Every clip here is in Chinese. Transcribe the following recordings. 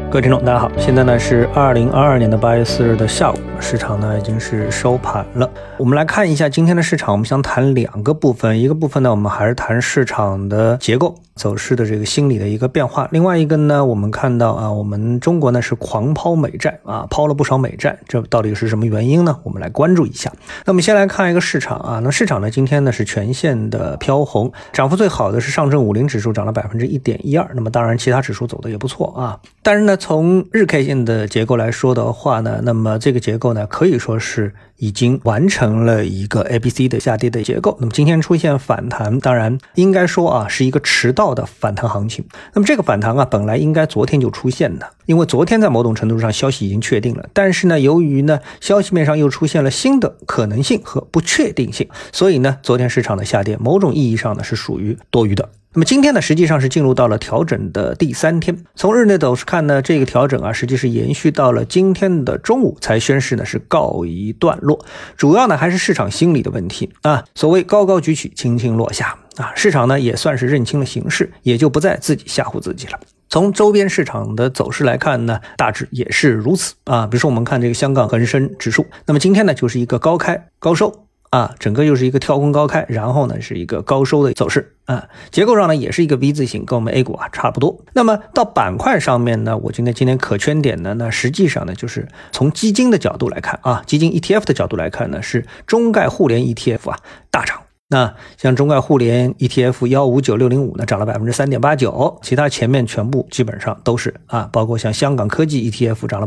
各位听众大家好，现在呢是2022年的8月4日的下午，市场呢已经是收盘了。我们来看一下今天的市场，我们想谈两个部分，一个部分呢我们还是谈市场的结构走势的这个心理的一个变化，另外一个呢我们看到我们中国呢是狂抛美债抛了不少美债，这到底是什么原因呢？我们来关注一下。那我们先来看一个市场那市场呢今天呢是全线的飘红，涨幅最好的是上证50指数涨了 1.12%， 那么当然其他指数走的也不错但是呢从日 K 线的结构来说的话呢，那么这个结构呢可以说是已经完成了一个 ABC 的下跌的结构。那么今天出现反弹，当然应该说是一个迟到的反弹行情。那么这个反弹本来应该昨天就出现的，因为昨天在某种程度上消息已经确定了，但是呢由于呢消息面上又出现了新的可能性和不确定性，所以呢昨天市场的下跌某种意义上呢是属于多余的。那么今天呢实际上是进入到了调整的第3天，从日内走势看呢，这个调整实际是延续到了今天的中午才宣示呢是告一段落，主要呢还是市场心理的问题所谓高高举起轻轻落下市场呢也算是认清了形势，也就不再自己吓唬自己了。从周边市场的走势来看呢，大致也是如此比如说我们看这个香港恒生指数，那么今天呢就是一个高开高收整个就是一个跳空高开，然后呢是一个高收的走势结构上呢也是一个 V 字形，跟我们 A 股差不多。那么到板块上面呢，我今天可圈点的呢，实际上呢就是从基金的角度来看基金 ETF 的角度来看呢，是中概互联 ETF 大涨。那像中概互联 ETF 159605呢涨了 3.89%， 其他前面全部基本上都是包括像香港科技 ETF 涨了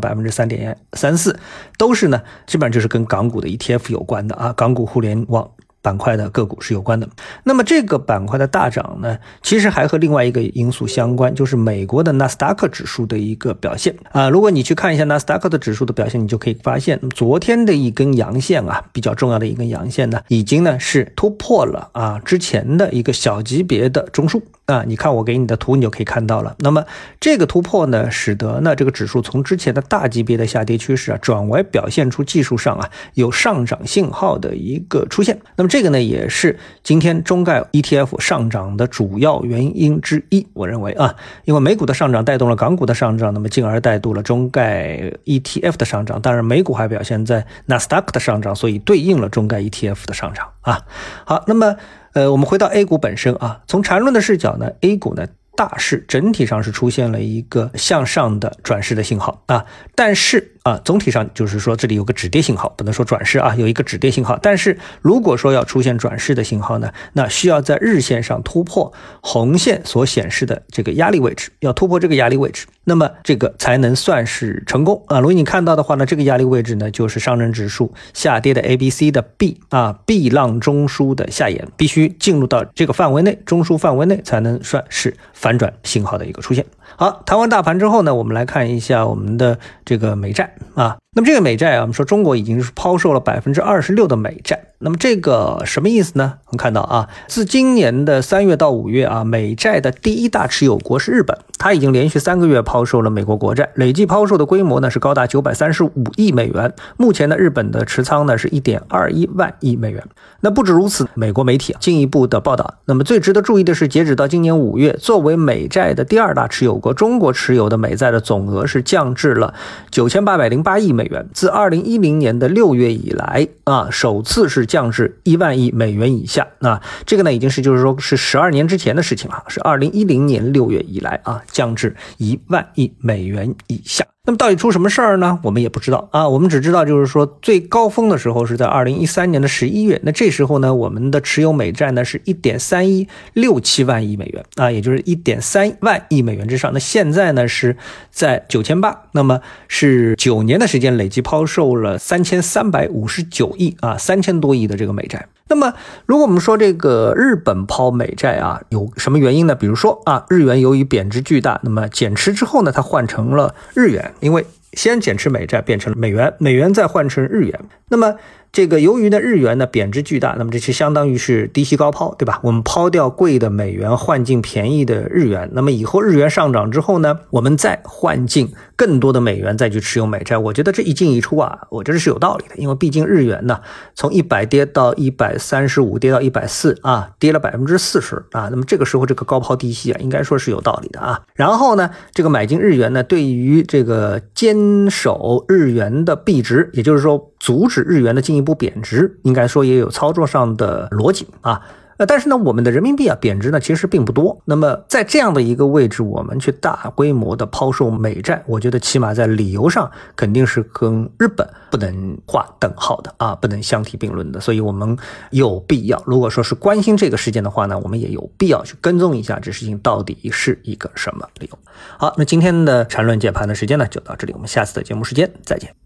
3.34%， 都是呢基本上就是跟港股的 ETF 有关的港股互联网板块的个股是有关的。那么这个板块的大涨呢，其实还和另外一个因素相关，就是美国的纳斯达克指数的一个表现如果你去看一下纳斯达克的指数的表现，你就可以发现昨天的一根阳线比较重要的一根阳线呢，已经呢是突破了之前的一个小级别的中枢你看我给你的图你就可以看到了。那么这个突破呢，使得呢这个指数从之前的大级别的下跌趋势转为表现出技术上有上涨信号的一个出现。那么这个呢也是今天中概 ETF 上涨的主要原因之一，我认为因为美股的上涨带动了港股的上涨，那么进而带动了中概 ETF 的上涨，当然美股还表现在纳斯达克的上涨，所以对应了中概 ETF 的上涨好，那么我们回到 A 股本身从缠论的视角呢， A 股呢大势整体上是出现了一个向上的转势的信号但是总体上就是说这里有个止跌信号，不能说转势有一个止跌信号，但是如果说要出现转势的信号呢，那需要在日线上突破红线所显示的这个压力位置，要突破这个压力位置，那么这个才能算是成功如果你看到的话呢，这个压力位置呢就是上证指数下跌的 ABC 的 B 浪中枢的下沿，必须进入到这个范围内，中枢范围内才能算是反转信号的一个出现。好，谈完大盘之后呢，我们来看一下我们的这个美债那么这个美债我们说中国已经是抛售了 26% 的美债，那么这个什么意思呢？我们看到自今年的3月到5月美债的第一大持有国是日本，它已经连续3个月抛售了美国国债，累计抛售的规模呢是高达935亿美元，目前呢日本的持仓呢是 1.21万亿美元。那不止如此，美国媒体进一步的报道，那么最值得注意的是，截止到今年5月，作为美债的第二大持有国，中国持有的美债的总额是降至了9808亿美元，自2010年的6月以来首次是降至1万亿美元以下这个呢已经是就是说是12年之前的事情了，是2010年6月以来降至1万亿美元以下。那么到底出什么事儿呢？我们也不知道我们只知道就是说最高峰的时候是在2013年的11月，那这时候呢我们的持有美债呢是 1.3167万亿美元也就是 1.3万亿美元之上。那现在呢是在9800，那么是9年的时间累计抛售了3359亿3000多亿的这个美债。那么如果我们说这个日本抛美债有什么原因呢？比如说日元由于贬值巨大，那么减持之后呢它换成了日元，因为先减持美债变成了美元，美元再换成日元。那么这个由于呢日元呢贬值巨大，那么这是相当于是低息高抛，对吧？我们抛掉贵的美元换进便宜的日元，那么以后日元上涨之后呢，我们再换进更多的美元再去持有美债，我觉得这一进一出啊，我觉得是有道理的。因为毕竟日元呢从100跌到135，跌到140啊，跌了40%啊，那么这个时候这个高抛低吸啊，应该说是有道理的啊。然后呢，这个买进日元呢，对于这个坚守日元的币值，也就是说阻止日元的进一步贬值，应该说也有操作上的逻辑啊。但是呢，我们的人民币啊贬值呢其实并不多。那么在这样的一个位置，我们去大规模的抛售美债，我觉得起码在理由上肯定是跟日本不能划等号的啊，不能相提并论的。所以我们有必要，如果说是关心这个事件的话呢，我们也有必要去跟踪一下这事情到底是一个什么理由。好，那今天的缠论解盘的时间呢就到这里，我们下次的节目时间再见。